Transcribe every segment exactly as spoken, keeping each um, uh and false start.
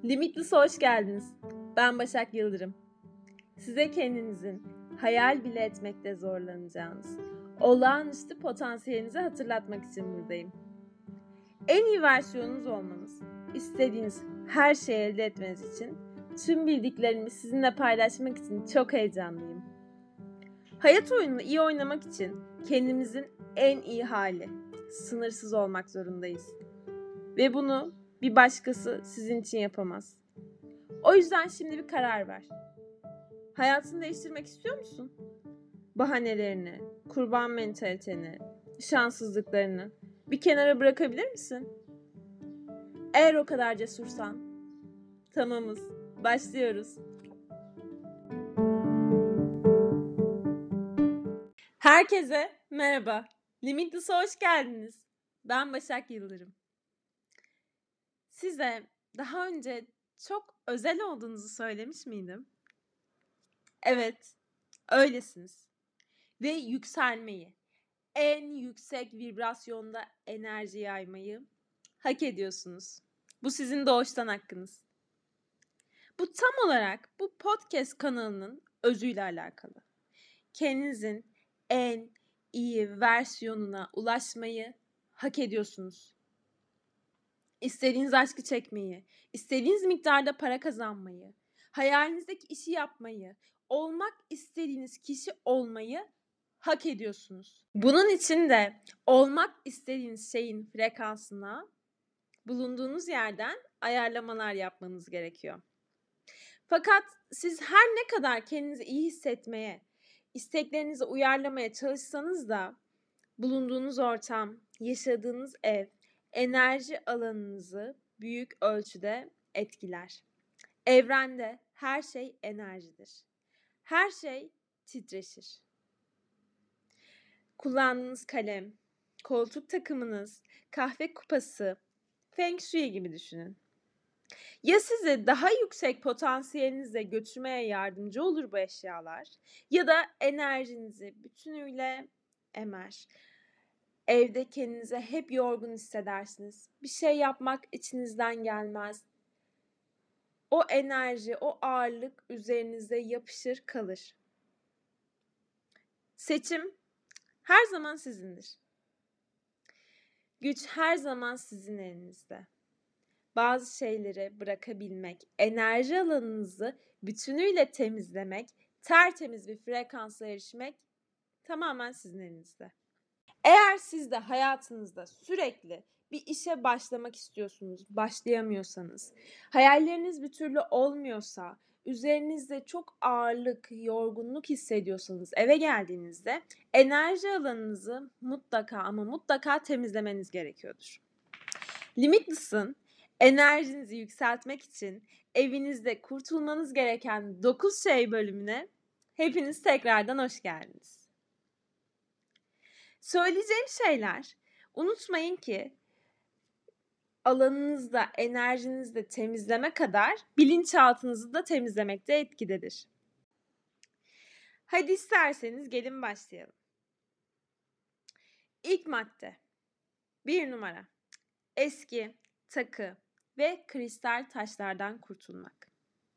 Limitless'e hoş geldiniz. Ben Başak Yıldırım. Size kendinizin hayal bile etmekte zorlanacağınız olağanüstü potansiyelinizi hatırlatmak için buradayım. En iyi versiyonunuz olmanız, istediğiniz her şeyi elde etmeniz için tüm bildiklerimi sizinle paylaşmak için çok heyecanlıyım. Hayat oyununu iyi oynamak için kendimizin en iyi hali, sınırsız olmak zorundayız. Ve bunu bir başkası sizin için yapamaz. O yüzden şimdi bir karar ver. Hayatını değiştirmek istiyor musun? Bahanelerini, kurban mentaliteni, şanssızlıklarını bir kenara bırakabilir misin? Eğer o kadar cesursan, tamamız, başlıyoruz. Herkese merhaba. Limitless'a hoş geldiniz. Ben Başak Yıldırım. Size daha önce çok özel olduğunuzu söylemiş miydim? Evet, öylesiniz. Ve yükselmeyi, en yüksek vibrasyonda enerji yaymayı hak ediyorsunuz. Bu sizin doğuştan hakkınız. Bu tam olarak bu podcast kanalının özüyle alakalı. Kendinizin en iyi versiyonuna ulaşmayı hak ediyorsunuz. İstediğiniz aşkı çekmeyi, istediğiniz miktarda para kazanmayı, hayalinizdeki işi yapmayı, olmak istediğiniz kişi olmayı hak ediyorsunuz. Bunun için de olmak istediğiniz şeyin frekansına bulunduğunuz yerden ayarlamalar yapmanız gerekiyor. Fakat siz her ne kadar kendinizi iyi hissetmeye, isteklerinizi uyarlamaya çalışsanız da bulunduğunuz ortam, yaşadığınız ev, enerji alanınızı büyük ölçüde etkiler. Evrende her şey enerjidir. Her şey titreşir. Kullandığınız kalem, koltuk takımınız, kahve kupası, Feng Shui gibi düşünün. Ya sizi daha yüksek potansiyelinize götürmeye yardımcı olur bu eşyalar ya da enerjinizi bütünüyle emer. Evde kendinize hep yorgun hissedersiniz. Bir şey yapmak içinizden gelmez. O enerji, o ağırlık üzerinize yapışır kalır. Seçim her zaman sizindir. Güç her zaman sizin elinizde. Bazı şeyleri bırakabilmek, enerji alanınızı bütünüyle temizlemek, tertemiz bir frekansa erişmek tamamen sizin elinizde. Eğer siz de hayatınızda sürekli bir işe başlamak istiyorsunuz, başlayamıyorsanız, hayalleriniz bir türlü olmuyorsa, üzerinizde çok ağırlık, yorgunluk hissediyorsanız eve geldiğinizde enerji alanınızı mutlaka ama mutlaka temizlemeniz gerekiyordur. Limitless'ın enerjinizi yükseltmek için evinizde kurtulmanız gereken dokuz şey bölümüne hepiniz tekrardan hoş geldiniz. Söyleyeceğim şeyler, unutmayın ki alanınızda, enerjinizde temizleme kadar bilinçaltınızı da temizlemekte etkidedir. Hadi isterseniz gelin başlayalım. İlk madde, bir numara, eski, takı ve kristal taşlardan kurtulmak.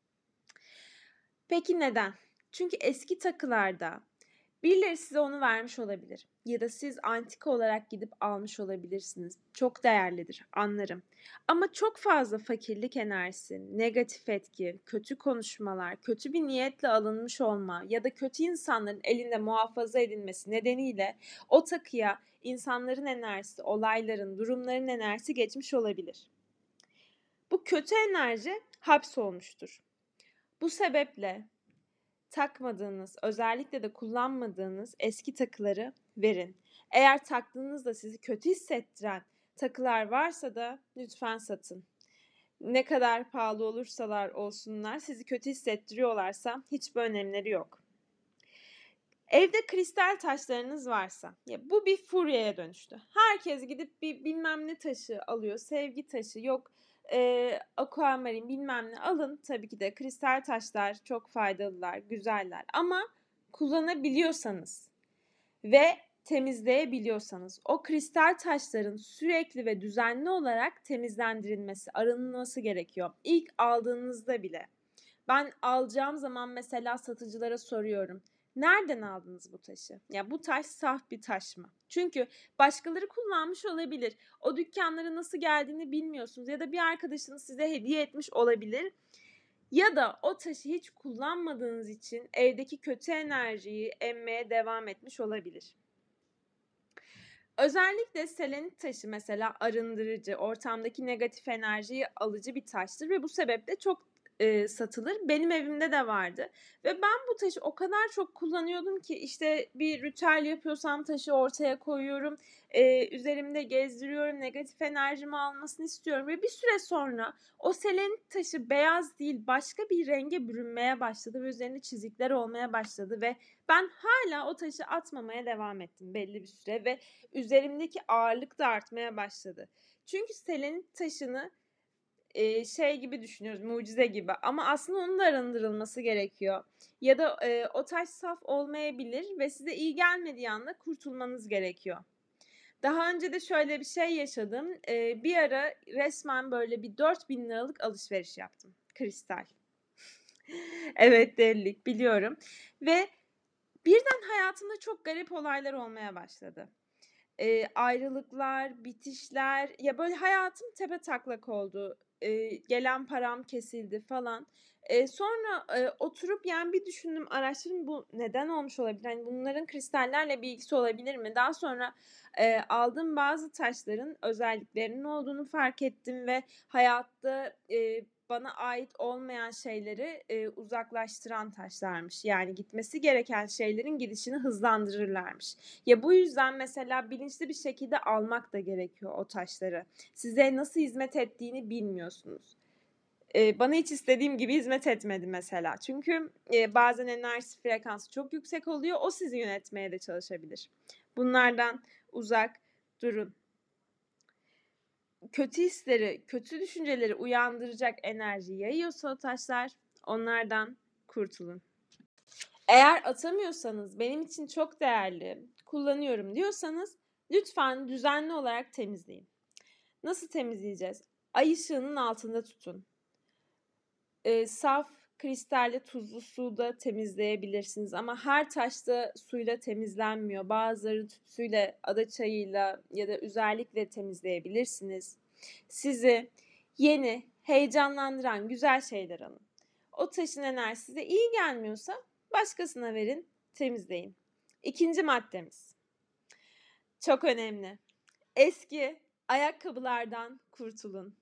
Peki neden? Çünkü eski takılarda birileri size onu vermiş olabilir ya da siz antika olarak gidip almış olabilirsiniz. Çok değerlidir, anlarım. Ama çok fazla fakirlik enerjisi, negatif etki, kötü konuşmalar, kötü bir niyetle alınmış olma ya da kötü insanların elinde muhafaza edilmesi nedeniyle o takıya insanların enerjisi, olayların, durumların enerjisi geçmiş olabilir. Bu kötü enerji hapsolmuştur. Bu sebeple takmadığınız, özellikle de kullanmadığınız eski takıları verin. Eğer taktığınızda sizi kötü hissettiren takılar varsa da lütfen satın. Ne kadar pahalı olursalar olsunlar, sizi kötü hissettiriyorlarsa hiçbir önemleri yok. Evde kristal taşlarınız varsa, ya bu bir furyaya dönüştü. Herkes gidip bir bilmem ne taşı alıyor, sevgi taşı, yok e, aquamarin bilmem ne alın. Tabii ki de kristal taşlar çok faydalılar, güzeller ama kullanabiliyorsanız ve temizleyebiliyorsanız, o kristal taşların sürekli ve düzenli olarak temizlendirilmesi, arınması gerekiyor. İlk aldığınızda bile. Ben alacağım zaman mesela satıcılara soruyorum. Nereden aldınız bu taşı? Ya bu taş saf bir taş mı? Çünkü başkaları kullanmış olabilir. O dükkanlara nasıl geldiğini bilmiyorsunuz ya da bir arkadaşınız size hediye etmiş olabilir. Ya da o taşı hiç kullanmadığınız için evdeki kötü enerjiyi emmeye devam etmiş olabilir. Özellikle selenit taşı mesela arındırıcı, ortamdaki negatif enerjiyi alıcı bir taştır ve bu sebeple çok e, satılır. Benim evimde de vardı ve ben bu taşı o kadar çok kullanıyordum ki işte bir ritüel yapıyorsam taşı ortaya koyuyorum, e, üzerimde gezdiriyorum, negatif enerjimi almasını istiyorum ve bir süre sonra o selenit taşı beyaz değil başka bir renge bürünmeye başladı ve üzerinde çizikler olmaya başladı ve ben hala o taşı atmamaya devam ettim belli bir süre ve üzerimdeki ağırlık da artmaya başladı. Çünkü selenit taşını e, şey gibi düşünüyoruz, mucize gibi ama aslında onun da arındırılması gerekiyor. Ya da e, o taş saf olmayabilir ve size iyi gelmediği anda kurtulmanız gerekiyor. Daha önce de şöyle bir şey yaşadım. E, bir ara resmen böyle bir dört bin liralık alışveriş yaptım. Kristal. Evet delilik biliyorum. Ve birden hayatımda çok garip olaylar olmaya başladı. E, ayrılıklar, bitişler, ya böyle hayatım tepetaklak oldu. E, gelen param kesildi falan. E, sonra e, oturup yani bir düşündüm, araştırdım bu neden olmuş olabilir? Yani bunların kristallerle bir ilgisi olabilir mi? Daha sonra e, aldığım bazı taşların özelliklerinin olduğunu fark ettim ve hayatta e, bana ait olmayan şeyleri e, uzaklaştıran taşlarmış. Yani gitmesi gereken şeylerin gidişini hızlandırırlarmış. Ya bu yüzden mesela bilinçli bir şekilde almak da gerekiyor o taşları. Size nasıl hizmet ettiğini bilmiyorsunuz. Ee, bana hiç istediğim gibi hizmet etmedi mesela. Çünkü e, bazen enerji frekansı çok yüksek oluyor. O sizi yönetmeye de çalışabilir. Bunlardan uzak durun. Kötü hisleri, kötü düşünceleri uyandıracak enerji yayıyorsa o taşlar, onlardan kurtulun. Eğer atamıyorsanız, benim için çok değerli, kullanıyorum diyorsanız lütfen düzenli olarak temizleyin. Nasıl temizleyeceğiz? Ay ışığının altında tutun. E, saf kristalli tuzlu suda temizleyebilirsiniz ama her taşta suyla temizlenmiyor. Bazıları tütsüyle, ada çayıyla ya da üzerlikle temizleyebilirsiniz. Sizi yeni, heyecanlandıran güzel şeyler alın. O taşın enerjisi size iyi gelmiyorsa başkasına verin, temizleyin. İkinci maddemiz. Çok önemli. Eski ayakkabılardan kurtulun.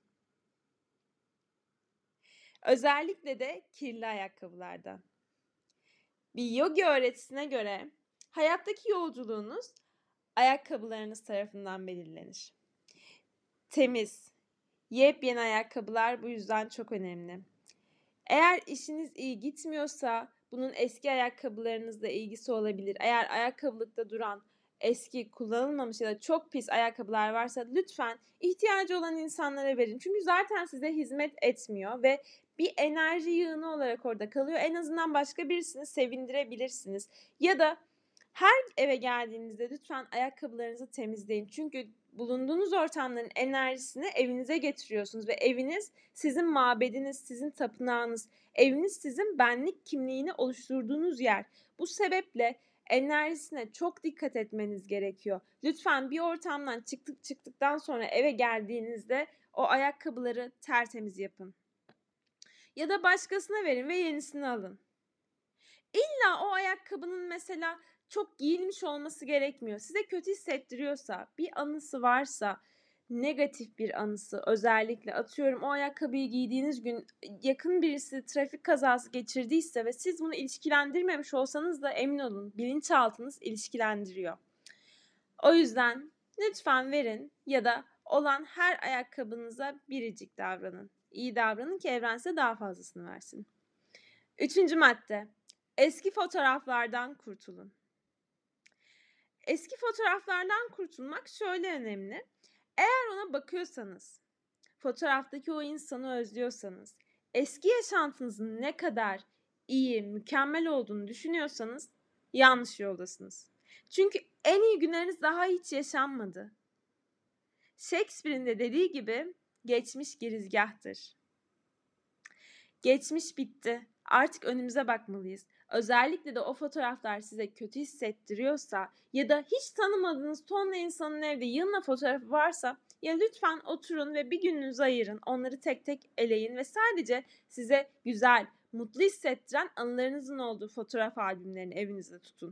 Özellikle de kirli ayakkabılardan. Bir yogi öğretisine göre hayattaki yolculuğunuz ayakkabılarınız tarafından belirlenir. Temiz, yepyeni ayakkabılar bu yüzden çok önemli. Eğer işiniz iyi gitmiyorsa bunun eski ayakkabılarınızla ilgisi olabilir. Eğer ayakkabılıkta duran eski, kullanılmamış ya da çok pis ayakkabılar varsa lütfen ihtiyacı olan insanlara verin. Çünkü zaten size hizmet etmiyor ve bir enerji yığını olarak orada kalıyor. En azından başka birisini sevindirebilirsiniz. Ya da her eve geldiğinizde lütfen ayakkabılarınızı temizleyin. Çünkü bulunduğunuz ortamların enerjisini evinize getiriyorsunuz ve eviniz sizin mabediniz, sizin tapınağınız. Eviniz sizin benlik kimliğini oluşturduğunuz yer. Bu sebeple enerjisine çok dikkat etmeniz gerekiyor. Lütfen bir ortamdan çıktık çıktıktan sonra eve geldiğinizde o ayakkabıları tertemiz yapın. Ya da başkasına verin ve yenisini alın. İlla o ayakkabının mesela çok giyilmiş olması gerekmiyor. Size kötü hissettiriyorsa, bir anısı varsa, negatif bir anısı özellikle atıyorum o ayakkabıyı giydiğiniz gün yakın birisi trafik kazası geçirdiyse ve siz bunu ilişkilendirmemiş olsanız da emin olun bilinçaltınız ilişkilendiriyor. O yüzden lütfen verin ya da olan her ayakkabınıza biricik davranın. İyi davranın ki evren size daha fazlasını versin. Üçüncü madde. Eski fotoğraflardan kurtulun. Eski fotoğraflardan kurtulmak şöyle önemli. Eğer ona bakıyorsanız, fotoğraftaki o insanı özlüyorsanız, eski yaşantınızın ne kadar iyi, mükemmel olduğunu düşünüyorsanız yanlış yoldasınız. Çünkü en iyi günleriniz daha hiç yaşanmadı. Shakespeare'in de dediği gibi geçmiş girizgahtır. Geçmiş bitti. Artık önümüze bakmalıyız. Özellikle de o fotoğraflar size kötü hissettiriyorsa ya da hiç tanımadığınız tonla insanın evde yığınla fotoğrafı varsa ya lütfen oturun ve bir gününüzü ayırın. Onları tek tek eleyin ve sadece size güzel, mutlu hissettiren anılarınızın olduğu fotoğraf albümlerini evinizde tutun.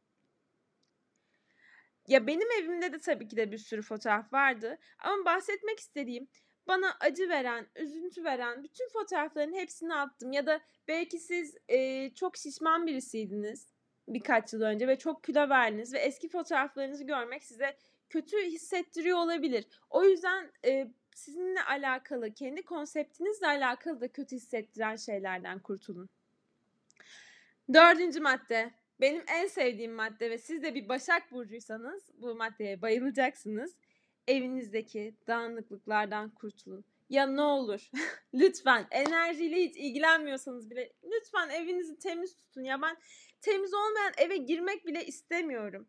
Ya benim evimde de tabii ki de bir sürü fotoğraf vardı ama bahsetmek istediğim bana acı veren, üzüntü veren bütün fotoğrafların hepsini attım. Ya da belki siz e, çok şişman birisiydiniz birkaç yıl önce ve çok kilo verdiniz ve eski fotoğraflarınızı görmek size kötü hissettiriyor olabilir. O yüzden e, sizinle alakalı, kendi konseptinizle alakalı da kötü hissettiren şeylerden kurtulun. Dördüncü madde. Benim en sevdiğim madde ve siz de bir Başak Burcuysanız bu maddeye bayılacaksınız. Evinizdeki dağınıklıklardan kurtulun. Ya ne olur lütfen enerjiyle hiç ilgilenmiyorsanız bile lütfen evinizi temiz tutun. Ya ben temiz olmayan eve girmek bile istemiyorum.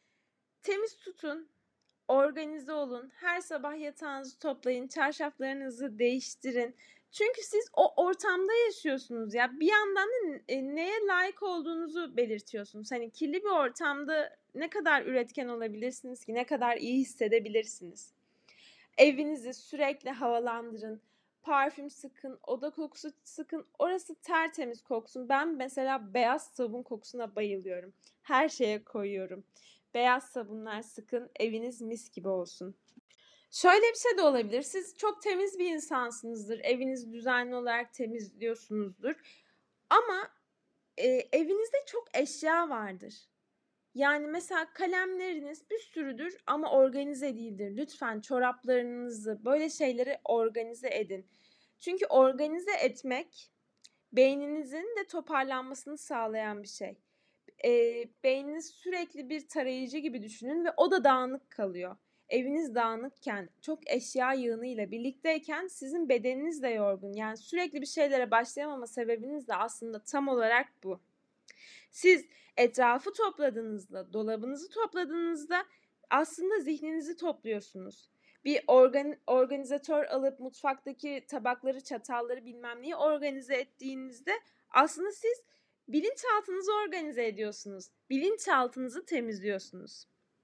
Temiz tutun, organize olun. Her sabah yatağınızı toplayın, çarşaflarınızı değiştirin. Çünkü siz o ortamda yaşıyorsunuz ya. Bir yandan da neye layık olduğunuzu belirtiyorsunuz. Hani kirli bir ortamda ne kadar üretken olabilirsiniz ki? Ne kadar iyi hissedebilirsiniz? Evinizi sürekli havalandırın. Parfüm sıkın, oda kokusu sıkın. Orası tertemiz koksun. Ben mesela beyaz sabun kokusuna bayılıyorum. Her şeye koyuyorum. Beyaz sabunlar sıkın, eviniz mis gibi olsun. Şöyle bir şey de olabilir. Siz çok temiz bir insansınızdır. Evinizi düzenli olarak temizliyorsunuzdur. Ama e, evinizde çok eşya vardır. Yani mesela kalemleriniz bir sürüdür ama organize değildir. Lütfen çoraplarınızı, böyle şeyleri organize edin. Çünkü organize etmek beyninizin de toparlanmasını sağlayan bir şey. E, beyniniz sürekli bir tarayıcı gibi düşünün ve o da dağınık kalıyor. Eviniz dağınıkken, çok eşya yığınıyla birlikteyken sizin bedeniniz de yorgun. Yani sürekli bir şeylere başlayamama sebebiniz de aslında tam olarak bu. Siz etrafı topladığınızda, dolabınızı topladığınızda aslında zihninizi topluyorsunuz. Bir organ, organizatör alıp mutfaktaki tabakları, çatalları bilmem neyi organize ettiğinizde aslında siz bilinçaltınızı organize ediyorsunuz. Bilinçaltınızı temizliyorsunuz.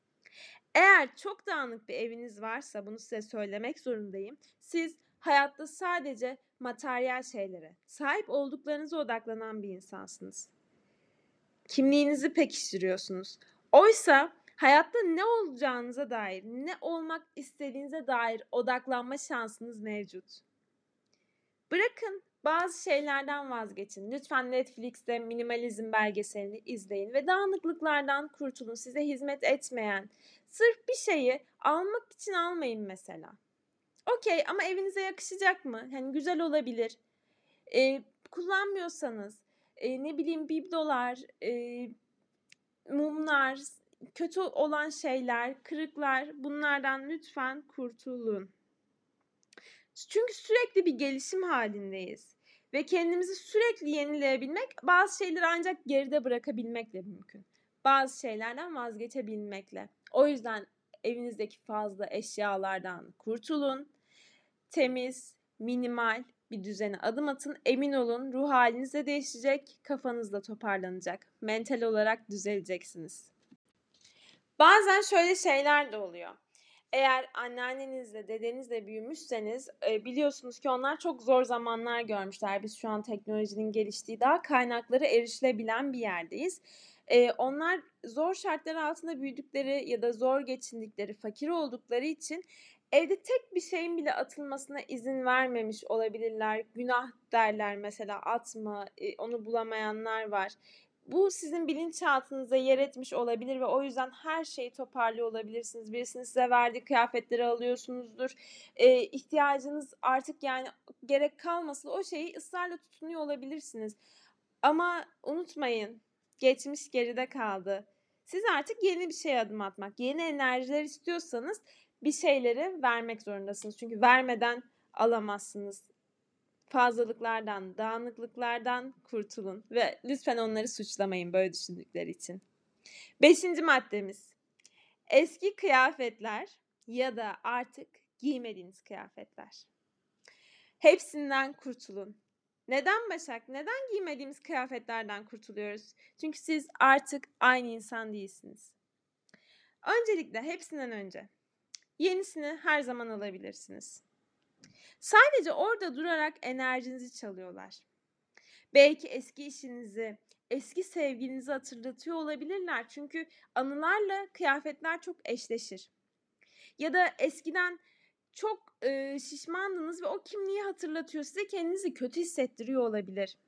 Eğer çok dağınık bir eviniz varsa bunu size söylemek zorundayım. Siz hayatta sadece materyal şeylere, sahip olduklarınıza odaklanan bir insansınız. Kimliğinizi pekiştiriyorsunuz. Oysa hayatta ne olacağınıza dair, ne olmak istediğinize dair odaklanma şansınız mevcut. Bırakın bazı şeylerden vazgeçin. Lütfen Netflix'te minimalizm belgeselini izleyin ve dağınıklıklardan kurtulun. Size hizmet etmeyen, sırf bir şeyi almak için almayın mesela. Okey ama evinize yakışacak mı? Yani güzel olabilir. Ee, kullanmıyorsanız, e, ne bileyim biblolar, e, mumlar, kötü olan şeyler, kırıklar, bunlardan lütfen kurtulun. Çünkü sürekli bir gelişim halindeyiz. Ve kendimizi sürekli yenileyebilmek bazı şeyleri ancak geride bırakabilmekle mümkün. Bazı şeylerden vazgeçebilmekle. O yüzden evinizdeki fazla eşyalardan kurtulun. Temiz, minimal bir düzene adım atın. Emin olun ruh haliniz de değişecek, kafanız da toparlanacak. Mental olarak düzeleceksiniz. Bazen şöyle şeyler de oluyor. Eğer anneannenizle, dedenizle büyümüşseniz biliyorsunuz ki onlar çok zor zamanlar görmüşler. Biz şu an teknolojinin geliştiği daha kaynaklara erişilebilen bir yerdeyiz. Onlar zor şartlar altında büyüdükleri ya da zor geçindikleri, fakir oldukları için evde tek bir şeyin bile atılmasına izin vermemiş olabilirler. Günah derler mesela, atma, onu bulamayanlar var. Bu sizin bilinçaltınıza yer etmiş olabilir ve o yüzden her şeyi toparlıyor olabilirsiniz. Birisinin size verdiği kıyafetleri alıyorsunuzdur. Ee, ihtiyacınız artık yani gerek kalmasın, o şeyi ısrarla tutunuyor olabilirsiniz. Ama unutmayın, geçmiş geride kaldı. Siz artık yeni bir şeye adım atmak, yeni enerjiler istiyorsanız bir şeyleri vermek zorundasınız. Çünkü vermeden alamazsınız. Fazlalıklardan, dağınıklıklardan kurtulun ve lütfen onları suçlamayın böyle düşündükleri için. Beşinci maddemiz. Eski kıyafetler ya da artık giymediğiniz kıyafetler. Hepsinden kurtulun. Neden Başak? Neden giymediğimiz kıyafetlerden kurtuluyoruz? Çünkü siz artık aynı insan değilsiniz. Öncelikle hepsinden önce yenisini her zaman alabilirsiniz. Sadece orada durarak enerjinizi çalıyorlar. Belki eski işinizi, eski sevgilinizi hatırlatıyor olabilirler. Çünkü anılarla kıyafetler çok eşleşir. Ya da eskiden çok e, şişmandınız ve o kimliği hatırlatıyor. Size kendinizi kötü hissettiriyor olabilir.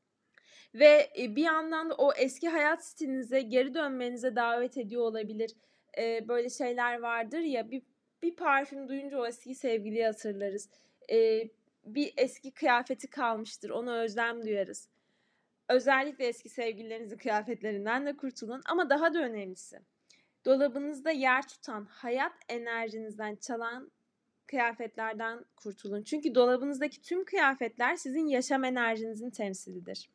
Ve e, bir yandan da o eski hayat stilinize geri dönmenize davet ediyor olabilir. E, böyle şeyler vardır ya, bir, bir parfüm duyunca o eski sevgiliyi hatırlarız. E, bir eski kıyafeti kalmıştır, ona özlem duyarız. Özellikle eski sevgililerinizin kıyafetlerinden de kurtulun, ama daha da önemlisi, dolabınızda yer tutan, hayat enerjinizden çalan kıyafetlerden kurtulun. Çünkü dolabınızdaki tüm kıyafetler sizin yaşam enerjinizin temsilidir.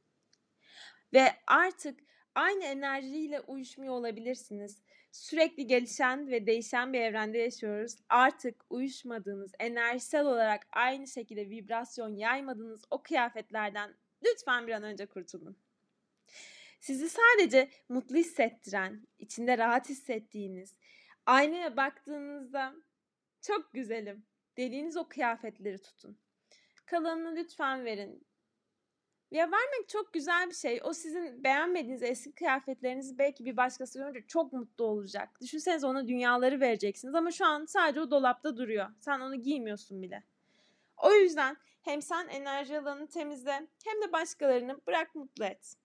Ve artık aynı enerjiyle uyuşmuyor olabilirsiniz. Sürekli gelişen ve değişen bir evrende yaşıyoruz. Artık uyuşmadığınız, enerjisel olarak aynı şekilde vibrasyon yaymadığınız o kıyafetlerden lütfen bir an önce kurtulun. Sizi sadece mutlu hissettiren, içinde rahat hissettiğiniz, aynaya baktığınızda çok güzelim dediğiniz o kıyafetleri tutun. Kalanını lütfen verin. Ya, vermek çok güzel bir şey. O sizin beğenmediğiniz eski kıyafetlerinizi belki bir başkası görünce çok mutlu olacak. Düşünsenize, ona dünyaları vereceksiniz ama şu an sadece o dolapta duruyor. Sen onu giymiyorsun bile. O yüzden hem sen enerji alanını temizle hem de başkalarını bırak mutlu et.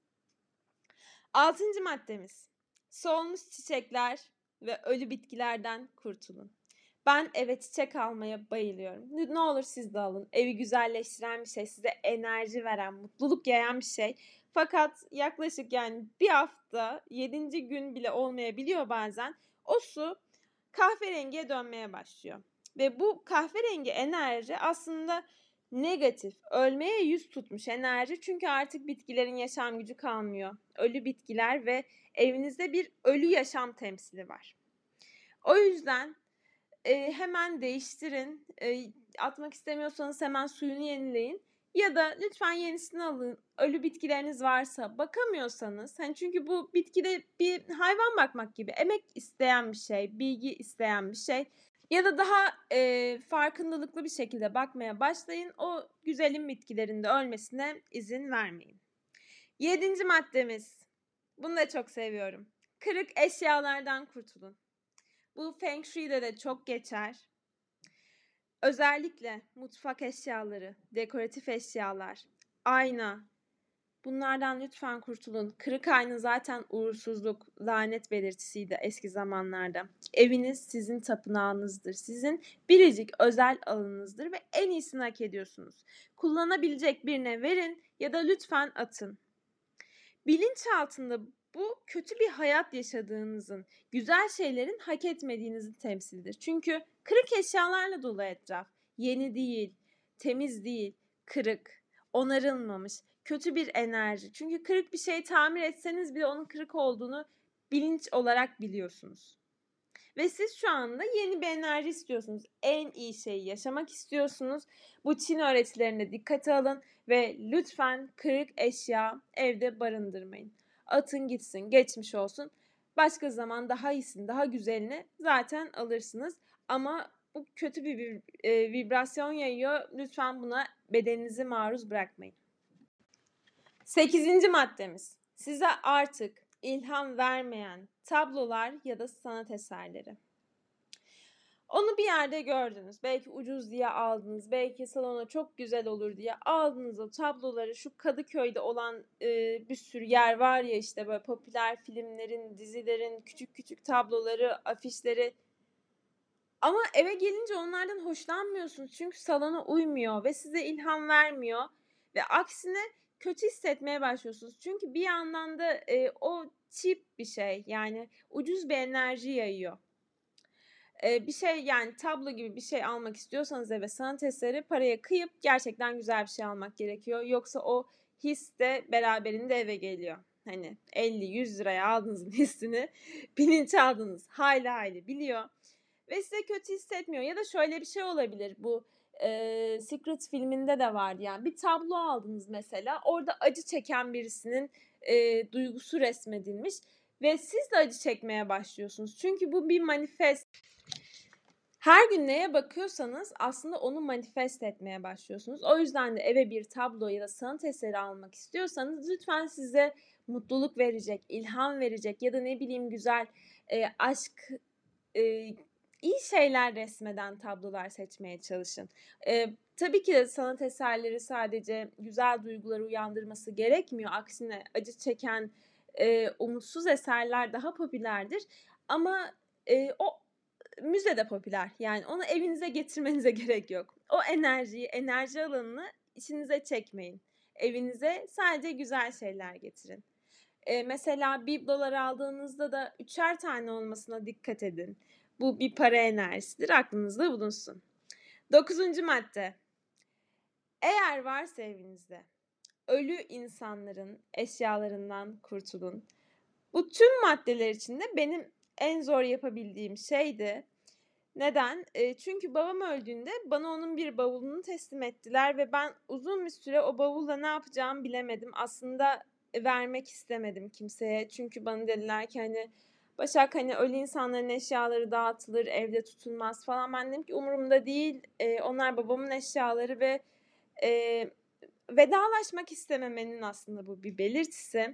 Altıncı maddemiz. Solmuş çiçekler ve ölü bitkilerden kurtulun. Ben eve çiçek almaya bayılıyorum. Ne olur siz de alın. Evi güzelleştiren bir şey, size enerji veren, mutluluk yayan bir şey. Fakat yaklaşık yani bir hafta, yedinci gün bile olmayabiliyor bazen. O su kahverengiye dönmeye başlıyor. Ve bu kahverengi enerji aslında negatif, ölmeye yüz tutmuş enerji. Çünkü artık bitkilerin yaşam gücü kalmıyor. Ölü bitkiler ve evinizde bir ölü yaşam temsili var. O yüzden e, hemen değiştirin. E, atmak istemiyorsanız hemen suyunu yenileyin. Ya da lütfen yenisini alın. Ölü bitkileriniz varsa, bakamıyorsanız. Hani çünkü bu bitkide bir hayvan bakmak gibi. Emek isteyen bir şey, bilgi isteyen bir şey. Ya da daha e, farkındalıklı bir şekilde bakmaya başlayın. O güzelim bitkilerin de ölmesine izin vermeyin. Yedinci maddemiz. Bunu da çok seviyorum. Kırık eşyalardan kurtulun. Bu Feng Shui'de de çok geçer. Özellikle mutfak eşyaları, dekoratif eşyalar, ayna. Bunlardan lütfen kurtulun. Kırık ayna zaten uğursuzluk, lanet belirtisiydi eski zamanlarda. Eviniz sizin tapınağınızdır. Sizin biricik özel alanınızdır ve en iyisini hak ediyorsunuz. Kullanabilecek birine verin ya da lütfen atın. Bilinçaltında bu kötü bir hayat yaşadığınızın, güzel şeylerin hak etmediğinizin temsilidir. Çünkü kırık eşyalarla dolu etraf. Yeni değil, temiz değil, kırık, onarılmamış, kötü bir enerji. Çünkü kırık bir şey tamir etseniz bile onun kırık olduğunu bilinç olarak biliyorsunuz. Ve siz şu anda yeni bir enerji istiyorsunuz. En iyi şeyi yaşamak istiyorsunuz. Bu Çin öğretilerine dikkate alın ve lütfen kırık eşya evde barındırmayın. Atın gitsin, geçmiş olsun. Başka zaman daha iyisini, daha güzelini zaten alırsınız. Ama bu kötü bir e, vibrasyon yayıyor. Lütfen buna bedeninizi maruz bırakmayın. Sekizinci maddemiz. Size artık ilham vermeyen tablolar ya da sanat eserleri. Onu bir yerde gördünüz. Belki ucuz diye aldınız. Belki salona çok güzel olur diye aldınız o tabloları. Şu Kadıköy'de olan e, bir sürü yer var ya, işte böyle popüler filmlerin, dizilerin küçük küçük tabloları, afişleri. Ama eve gelince onlardan hoşlanmıyorsunuz. Çünkü salona uymuyor ve size ilham vermiyor. Ve aksine kötü hissetmeye başlıyorsunuz. Çünkü bir yandan da e, o cheap bir şey, yani ucuz bir enerji yayıyor. Ee, bir şey, yani tablo gibi bir şey almak istiyorsanız eve, sanat eseri, paraya kıyıp gerçekten güzel bir şey almak gerekiyor. Yoksa o his de beraberinde eve geliyor. Hani elli yüz liraya aldığınızın hissini bilinçaltınız hayli hayli biliyor ve size kötü hissetmiyor. Ya da şöyle bir şey olabilir, bu eee, Secret filminde de vardı, yani bir tablo aldınız mesela, orada acı çeken birisinin eee, duygusu resmedilmiş ve siz de acı çekmeye başlıyorsunuz. Çünkü bu bir manifest. Her gün neye bakıyorsanız aslında onu manifest etmeye başlıyorsunuz. O yüzden de eve bir tablo ya da sanat eseri almak istiyorsanız lütfen size mutluluk verecek, ilham verecek ya da ne bileyim güzel e, aşk, e, iyi şeyler resmeden tablolar seçmeye çalışın. E, tabii ki de sanat eserleri sadece güzel duyguları uyandırması gerekmiyor. Aksine acı çeken, e, umutsuz eserler daha popülerdir. Ama e, o müzede popüler. Yani onu evinize getirmenize gerek yok. O enerjiyi, enerji alanını içinize çekmeyin. Evinize sadece güzel şeyler getirin. Ee, mesela biblolar aldığınızda da üçer tane olmasına dikkat edin. Bu bir para enerjisidir. Aklınızda bulunsun. Dokuzuncu madde. Eğer varsa evinizde ölü insanların eşyalarından kurtulun. Bu tüm maddeler içinde benim en zor yapabildiğim şeydi. Neden? E, çünkü babam öldüğünde bana onun bir bavulunu teslim ettiler ve ben uzun bir süre o bavulla ne yapacağımı bilemedim. Aslında vermek istemedim kimseye. Çünkü bana dediler ki hani Başak, hani ölü insanların eşyaları dağıtılır, evde tutulmaz falan. Ben dedim ki umurumda değil. E, onlar babamın eşyaları ve e, vedalaşmak istememenin aslında bu bir belirtisi.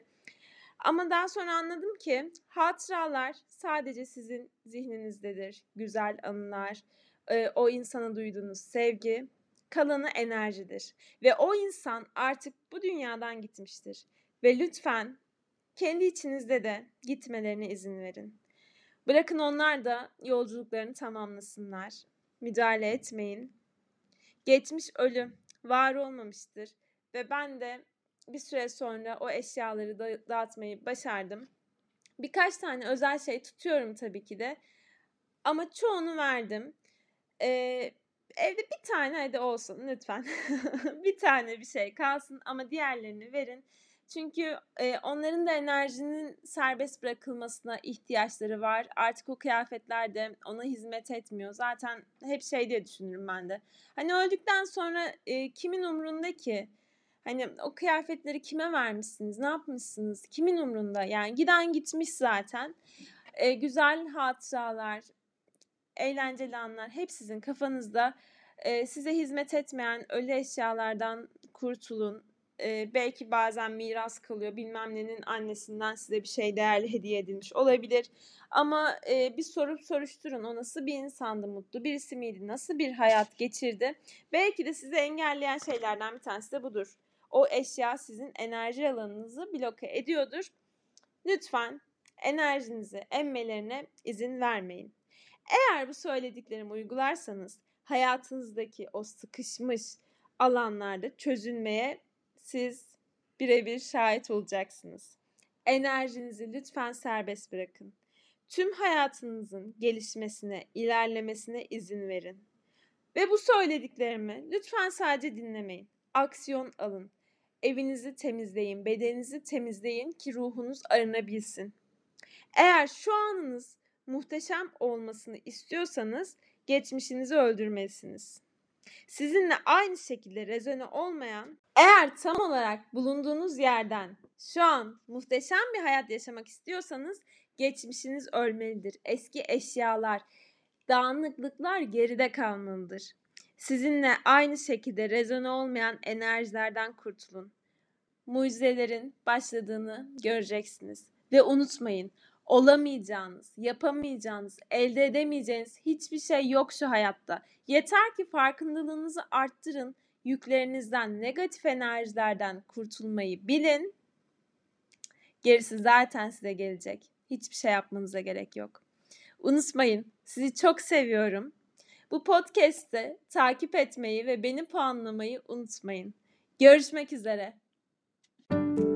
Ama daha sonra anladım ki hatıralar sadece sizin zihninizdedir. Güzel anılar, e, o insana duyduğunuz sevgi, kalanı enerjidir. Ve o insan artık bu dünyadan gitmiştir. Ve lütfen kendi içinizde de gitmelerine izin verin. Bırakın onlar da yolculuklarını tamamlasınlar. Müdahale etmeyin. Geçmiş ölüm var olmamıştır ve ben de bir süre sonra o eşyaları da- dağıtmayı başardım. Birkaç tane özel şey tutuyorum tabii ki de ama çoğunu verdim. Ee, Evde bir tane hadi olsun lütfen. Bir tane bir şey kalsın ama diğerlerini verin. Çünkü e, onların da enerjinin serbest bırakılmasına ihtiyaçları var. Artık o kıyafetler de ona hizmet etmiyor. Zaten hep şey diye düşünürüm ben de. Hani öldükten sonra e, kimin umrunda ki? Hani o kıyafetleri kime vermişsiniz? Ne yapmışsınız? Kimin umrunda? Yani giden gitmiş zaten. E, güzel hatıralar, eğlenceli anlar hep sizin kafanızda. Ee, size hizmet etmeyen ölü eşyalardan kurtulun. Ee, belki bazen miras kalıyor. Bilmem nenin annesinden size bir şey değerli hediye edilmiş olabilir. Ama e, bir sorup soruşturun. O nasıl bir insandı, mutlu birisi miydi, nasıl bir hayat geçirdi? Belki de sizi engelleyen şeylerden bir tanesi de budur. O eşya sizin enerji alanınızı bloke ediyordur. Lütfen enerjinizi emmelerine izin vermeyin. Eğer bu söylediklerimi uygularsanız hayatınızdaki o sıkışmış alanlarda çözülmeye siz birebir şahit olacaksınız. Enerjinizi lütfen serbest bırakın. Tüm hayatınızın gelişmesine, ilerlemesine izin verin. Ve bu söylediklerimi lütfen sadece dinlemeyin. Aksiyon alın. Evinizi temizleyin, bedeninizi temizleyin ki ruhunuz arınabilsin. Eğer şu anınız muhteşem olmasını istiyorsanız geçmişinizi öldürmelisiniz. Sizinle aynı şekilde rezone olmayan, eğer tam olarak bulunduğunuz yerden şu an muhteşem bir hayat yaşamak istiyorsanız geçmişiniz ölmelidir. Eski eşyalar, dağınıklıklar geride kalmalıdır. Sizinle aynı şekilde rezone olmayan enerjilerden kurtulun. Mucizelerin başladığını göreceksiniz. Ve unutmayın, olamayacağınız, yapamayacağınız, elde edemeyeceğiniz hiçbir şey yok şu hayatta. Yeter ki farkındalığınızı arttırın, yüklerinizden, negatif enerjilerden kurtulmayı bilin. Gerisi zaten size gelecek. Hiçbir şey yapmanıza gerek yok. Unutmayın, sizi çok seviyorum. Bu podcast'te takip etmeyi ve beni puanlamayı unutmayın. Görüşmek üzere.